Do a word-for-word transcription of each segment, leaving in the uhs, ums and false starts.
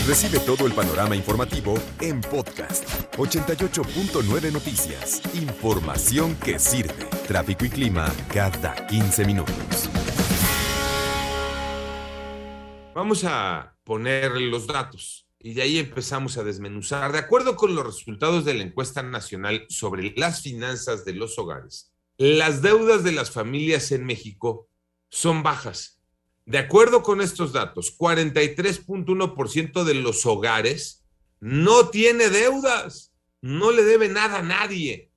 Recibe todo el panorama informativo en podcast. ochenta y ocho punto nueve Noticias. Información que sirve. Tráfico y clima cada quince minutos. Vamos a poner los datos y de ahí empezamos a desmenuzar. De acuerdo con los resultados de la encuesta nacional sobre las finanzas de los hogares, las deudas de las familias en México son bajas. De acuerdo con estos datos, cuarenta y tres punto uno por ciento de los hogares no tiene deudas, no le debe nada a nadie.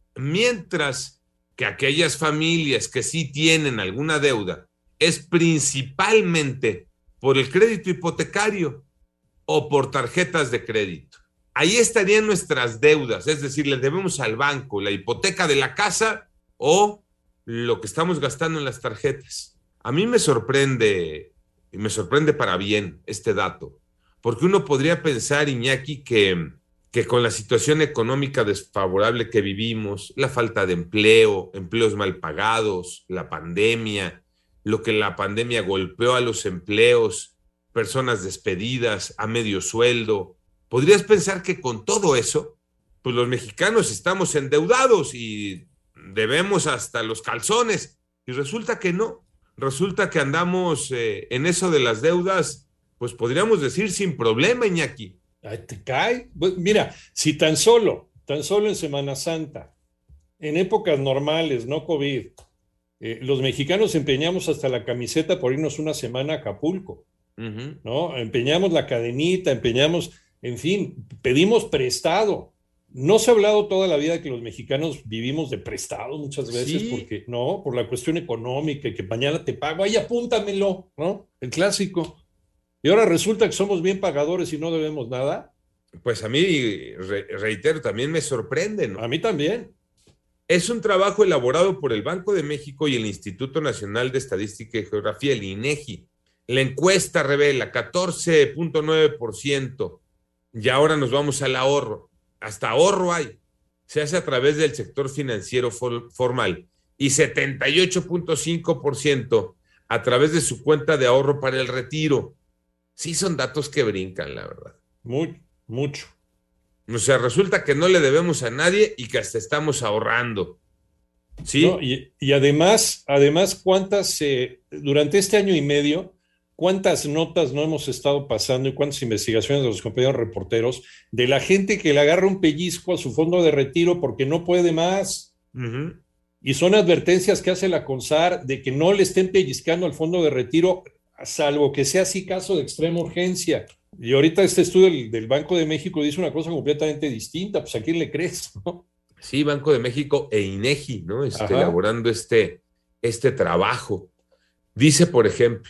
Mientras que aquellas familias que sí tienen alguna deuda es principalmente por el crédito hipotecario o por tarjetas de crédito. Ahí estarían nuestras deudas, es decir, le debemos al banco la hipoteca de la casa o lo que estamos gastando en las tarjetas. A mí me sorprende, y me sorprende para bien este dato, porque uno podría pensar, Iñaki, que, que con la situación económica desfavorable que vivimos, la falta de empleo, empleos mal pagados, la pandemia, lo que la pandemia golpeó a los empleos, personas despedidas a medio sueldo, podrías pensar que con todo eso, pues los mexicanos estamos endeudados y debemos hasta los calzones, y resulta que no. Resulta que andamos eh, en eso de las deudas, pues podríamos decir sin problema, Iñaki. Ay, te cae. Pues mira, si tan solo, tan solo en Semana Santa, en épocas normales, no COVID, eh, los mexicanos empeñamos hasta la camiseta por irnos una semana a Acapulco, uh-huh. ¿no? Empeñamos la cadenita, empeñamos, en fin, pedimos prestado. No se ha hablado toda la vida de que los mexicanos vivimos de prestado muchas veces, sí. porque no, por la cuestión económica y que mañana te pago, ahí apúntamelo, ¿no? El clásico. Y ahora resulta que somos bien pagadores y no debemos nada. Pues a mí, re, reitero, también me sorprende, ¿no? A mí también. Es un trabajo elaborado por el Banco de México y el Instituto Nacional de Estadística y Geografía, el INEGI. La encuesta revela catorce punto nueve por ciento y ahora nos vamos al ahorro. Hasta ahorro hay, se hace a través del sector financiero for, formal y setenta y ocho punto cinco por ciento a través de su cuenta de ahorro para el retiro. Sí son datos que brincan, la verdad. Muy, mucho. O sea, resulta que no le debemos a nadie y que hasta estamos ahorrando. ¿Sí? No, y, y además, además, ¿cuántas, eh, durante este año y medio, cuántas notas no hemos estado pasando y cuántas investigaciones de los compañeros reporteros de la gente que le agarra un pellizco a su fondo de retiro porque no puede más? Uh-huh. Y son advertencias que hace la CONSAR de que no le estén pellizcando al fondo de retiro, salvo que sea así caso de extrema urgencia. Y ahorita este estudio del, del Banco de México dice una cosa completamente distinta. Pues ¿a quién le crees, no? Sí, Banco de México e INEGI, ¿no? Este, elaborando este, este trabajo. Dice, por ejemplo,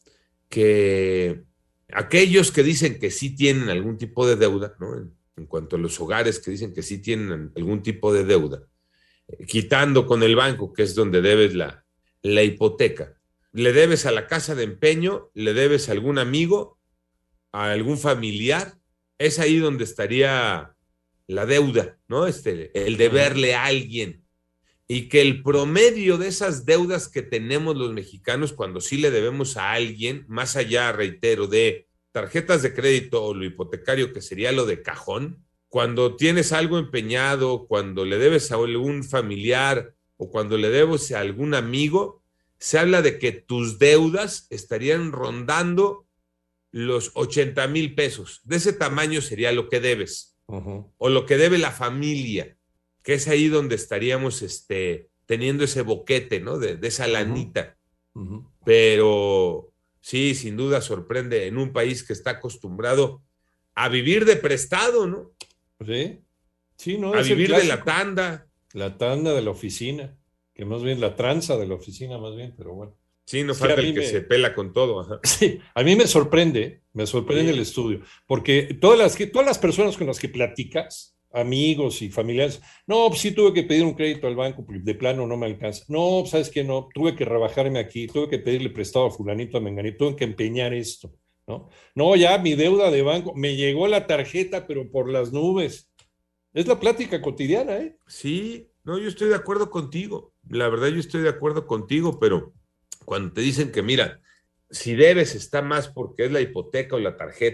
que aquellos que dicen que sí tienen algún tipo de deuda, ¿no? En, en cuanto a los hogares que dicen que sí tienen algún tipo de deuda, eh, quitando con el banco, que es donde debes la, la hipoteca, le debes a la casa de empeño, le debes a algún amigo, a algún familiar, es ahí donde estaría la deuda, ¿no? Este, el deberle a alguien. Y que el promedio de esas deudas que tenemos los mexicanos cuando sí le debemos a alguien, más allá, reitero, de tarjetas de crédito o lo hipotecario, que sería lo de cajón, cuando tienes algo empeñado, cuando le debes a algún familiar o cuando le debes a algún amigo, se habla de que tus deudas estarían rondando los ochenta mil pesos. De ese tamaño sería lo que debes, uh-huh. o lo que debe la familia, que es ahí donde estaríamos este, teniendo ese boquete, ¿no? De, de esa lanita. Uh-huh. Pero sí, sin duda sorprende en un país que está acostumbrado a vivir de prestado, ¿no? Sí, sí, ¿no? A vivir de la tanda. La tanda de la oficina, que más bien la tranza de la oficina, más bien, pero bueno. Sí, no falta el que me... se pela con todo. Ajá. Sí, a mí me sorprende, me sorprende sí. el estudio, porque todas las, que, todas las personas con las que platicas, amigos y familiares, no, pues sí tuve que pedir un crédito al banco porque de plano no me alcanza. No, ¿sabes qué? No, tuve que rebajarme aquí, tuve que pedirle prestado a fulanito, a menganito, tuve que empeñar esto, ¿no? No, ya mi deuda de banco, me llegó la tarjeta, pero por las nubes. Es la plática cotidiana, ¿eh? Sí, no, yo estoy de acuerdo contigo. La verdad, yo estoy de acuerdo contigo, pero cuando te dicen que, mira, si debes está más porque es la hipoteca o la tarjeta,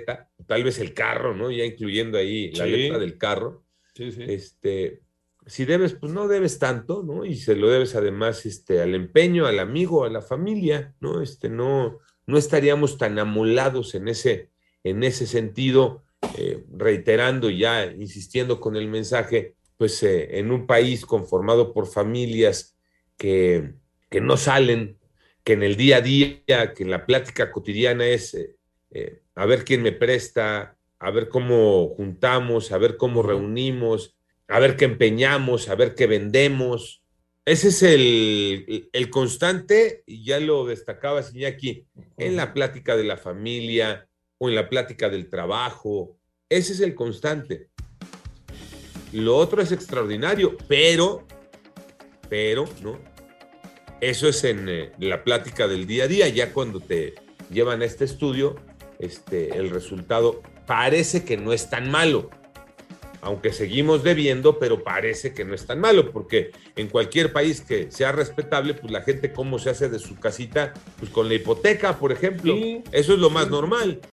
tal vez el carro, ¿no? Ya incluyendo ahí la Sí. letra del carro. Sí, sí. Este, si debes, pues no debes tanto, ¿no? Y se lo debes además este, al empeño, al amigo, a la familia, ¿no? Este, no, no estaríamos tan amolados en ese, en ese sentido, eh, reiterando y ya, insistiendo con el mensaje, pues eh, en un país conformado por familias que, que no salen, que en el día a día, que en la plática cotidiana es eh, eh, a ver quién me presta, a ver cómo juntamos, a ver cómo Ujú. reunimos, a ver qué empeñamos, a ver qué vendemos. Ese es el, el constante, y ya lo destacaba Iñaki, en la plática de la familia o en la plática del trabajo. Ese es el constante. Lo otro es extraordinario, pero, pero, ¿no? Eso es en eh, la plática del día a día. Ya cuando te llevan a este estudio, este, el resultado parece que no es tan malo. Aunque seguimos debiendo, pero parece que no es tan malo, porque en cualquier país que sea respetable, pues la gente cómo se hace de su casita, pues con la hipoteca, por ejemplo. Sí, Eso es lo más sí. normal.